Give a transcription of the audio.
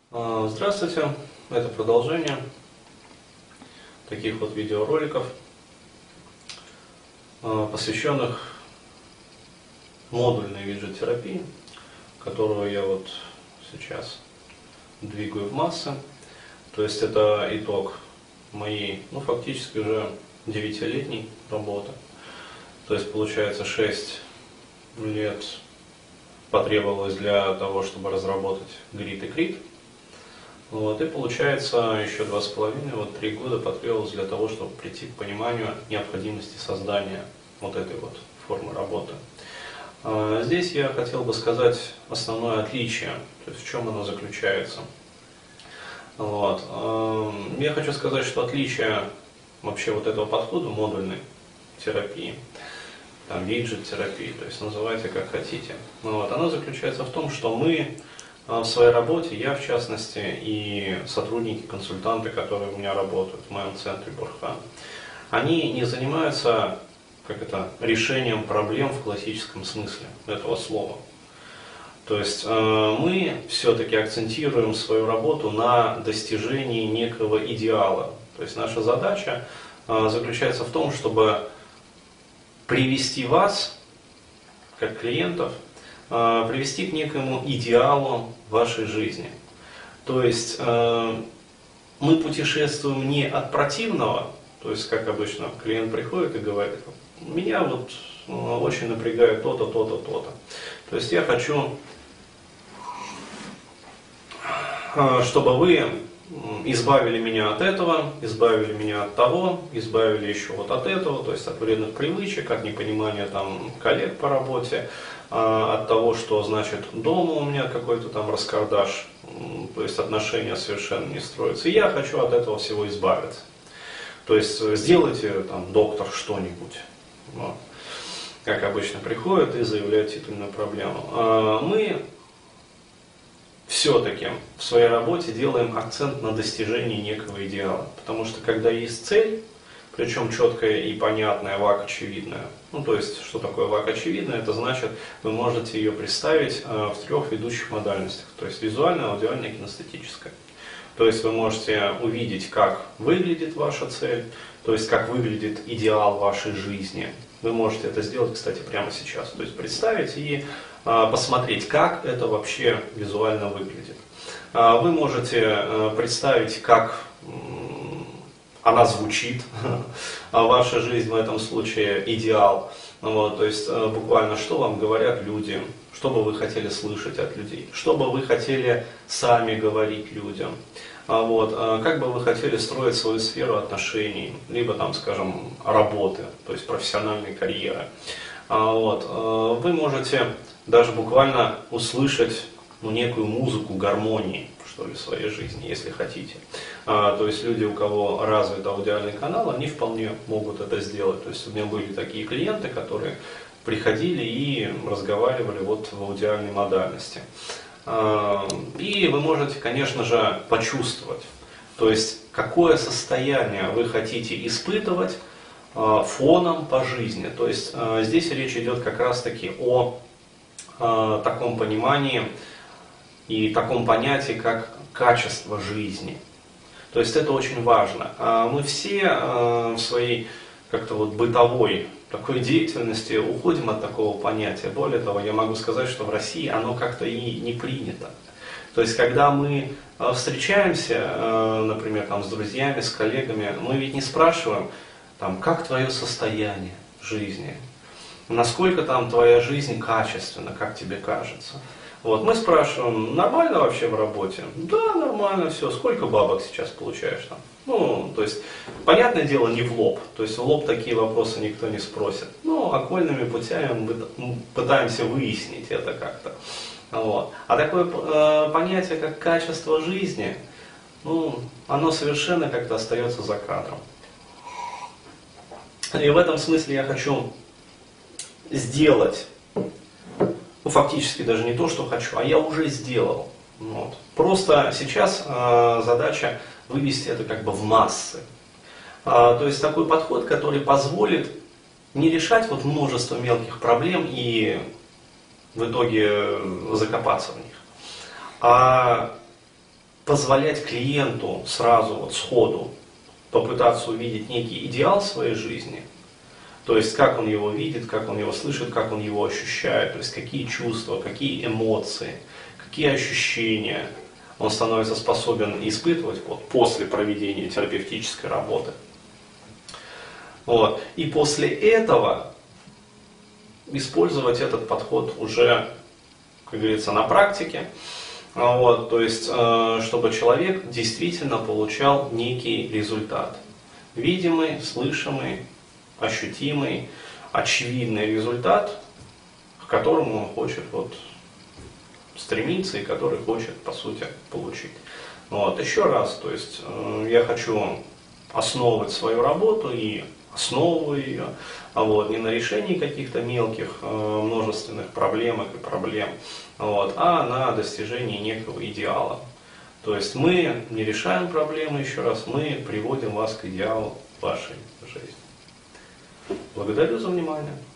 Здравствуйте, это продолжение таких вот видеороликов, посвященных модульной виджет-терапии, которую я вот сейчас двигаю в массы. То есть это итог моей, фактически уже 9-летней работы. То есть получается 6 лет потребовалось для того, чтобы разработать грид и крит. И получается еще 2,5, 3 года потребовалось для того, чтобы прийти к пониманию необходимости создания вот этой вот формы работы. Здесь я хотел бы сказать основное отличие, то есть в чем оно заключается. Я хочу сказать, что отличие вообще вот этого подхода модульной терапии, виджет-терапии, то есть называйте как хотите, оно заключается в том, что мы в своей работе, я в частности, и сотрудники, консультанты, которые у меня работают в моем центре Бурхан, они не занимаются решением проблем в классическом смысле этого слова. То есть мы все-таки акцентируем свою работу на достижении некого идеала. То есть наша задача заключается в том, чтобы привести вас, как клиентов, привести к некому идеалу вашей жизни. То есть мы путешествуем не от противного, то есть как обычно клиент приходит и говорит: меня очень напрягает то-то, то-то, то-то. То есть я хочу, чтобы вы избавили меня от этого, избавили меня от того, избавили еще от этого, то есть от вредных привычек, от непонимания коллег по работе, от того, что значит дома у меня какой-то раскардаш, то есть отношения совершенно не строятся. И я хочу от этого всего избавиться. То есть сделайте доктор что-нибудь. Как обычно приходят и заявляют титульную проблему. Мы все-таки в своей работе делаем акцент на достижении некого идеала. Потому что когда есть цель, причем четкая и понятная, вак-очевидная. То есть, что такое вак-очевидная? Это значит, вы можете ее представить в 3 ведущих модальностях. То есть, визуальная, аудиальная, кинестетическая. То есть, вы можете увидеть, как выглядит ваша цель, то есть, как выглядит идеал вашей жизни. Вы можете это сделать, кстати, прямо сейчас. То есть, представить и посмотреть, как это вообще визуально выглядит. Вы можете представить, как она звучит, ваша жизнь в этом случае идеал. То есть буквально, что вам говорят люди, что бы вы хотели слышать от людей, что бы вы хотели сами говорить людям, как бы вы хотели строить свою сферу отношений, либо работы, то есть профессиональной карьеры. Вы можете даже буквально услышать некую музыку гармонии, в своей жизни, если хотите. То есть люди, у кого развит аудиальный канал, они вполне могут это сделать. То есть у меня были такие клиенты, которые приходили и разговаривали в аудиальной модальности. И вы можете, конечно же, почувствовать, то есть какое состояние вы хотите испытывать фоном по жизни. То есть здесь речь идет как раз таки о таком понимании и таком понятии, как качество жизни. То есть это очень важно. Мы все в своей бытовой такой деятельности уходим от такого понятия. Более того, я могу сказать, что в России оно как-то и не принято. То есть когда мы встречаемся, например, с друзьями, с коллегами, мы ведь не спрашиваем, как твое состояние жизни, насколько твоя жизнь качественна, как тебе кажется. Мы спрашиваем, нормально вообще в работе? Да, нормально, все. Сколько бабок сейчас получаешь там? То есть, понятное дело, не в лоб. То есть, в лоб такие вопросы никто не спросит. Окольными путями мы пытаемся выяснить это как-то. А такое понятие, как качество жизни, оно совершенно как-то остается за кадром. И в этом смысле я хочу сделать, фактически даже не то, что хочу, а я уже сделал. Просто сейчас задача вывести это в массы. То есть такой подход, который позволит не решать множество мелких проблем и в итоге закопаться в них, а позволять клиенту сразу, вот сходу, попытаться увидеть некий идеал своей жизни, то есть как он его видит, как он его слышит, как он его ощущает, то есть какие чувства, какие эмоции, какие ощущения он становится способен испытывать вот, после проведения терапевтической работы. Вот. И после этого использовать этот подход уже, как говорится, на практике. Вот, то есть, чтобы человек действительно получал некий результат. Видимый, слышимый, ощутимый, очевидный результат, к которому он хочет вот, стремиться и который хочет, по сути, получить. Вот, еще раз, то есть, я хочу основывать свою работу и основываю ее, вот, не на решении каких-то мелких множественных проблемок и проблем, вот, а на достижении некого идеала. То есть мы не решаем проблемы, еще раз, мы приводим вас к идеалу вашей жизни. Благодарю за внимание.